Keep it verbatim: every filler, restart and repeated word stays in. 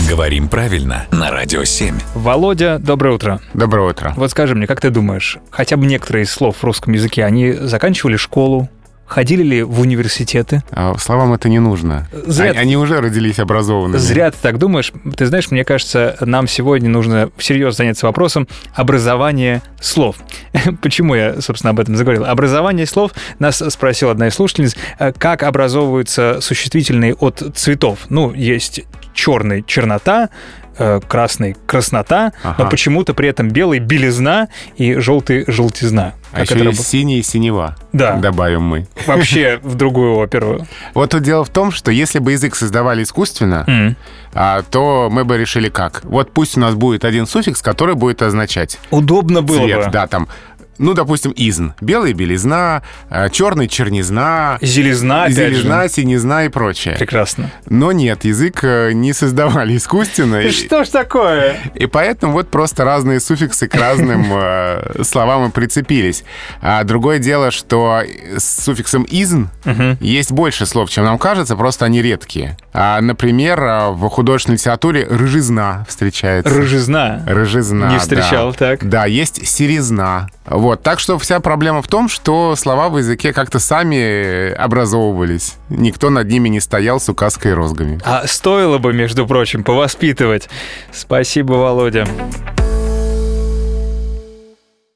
Говорим правильно на Радио семь. Володя, доброе утро. Доброе утро. Вот скажи мне, как ты думаешь, хотя бы некоторые из слов в русском языке, они заканчивали школу? Ходили ли в университеты? А словам это не нужно. Зря... Они уже родились образованными. Зря ты так думаешь. Ты знаешь, мне кажется, нам сегодня нужно всерьез заняться вопросом образования слов. Почему я, собственно, об этом заговорил? Образование слов, нас спросила одна из слушательниц, как образовываются существительные от цветов. Ну, есть черный — чернота, красный — краснота, ага. но почему-то при этом белый — белизна и желтый — желтизна. А еще есть синий — синева, да. добавим мы. Вообще в другую оперу. Вот тут дело в том, что если бы язык создавали искусственно, mm. а, то мы бы решили как. Вот пусть у нас будет один суффикс, который будет означать удобно было цвет, бы. Да, там... Ну, допустим, изн. Белый — белизна, черный — чернизна. Зелезна, опять Зелезна, же. Синизна и прочее. Прекрасно. Но нет, язык не создавали искусственно. Что ж такое? И поэтому вот просто разные суффиксы к разным словам и прицепились. А другое дело, что с суффиксом изн есть больше слов, чем нам кажется, просто они редкие. Например, в художественной литературе рыжизна встречается. Рыжизна? Рыжизна, не встречал, да. так. Да, есть серизна. Вот, так что вся проблема в том, что слова в языке как-то сами образовывались. Никто над ними не стоял с указкой и розгами. А стоило бы, между прочим, повоспитывать. Спасибо, Володя.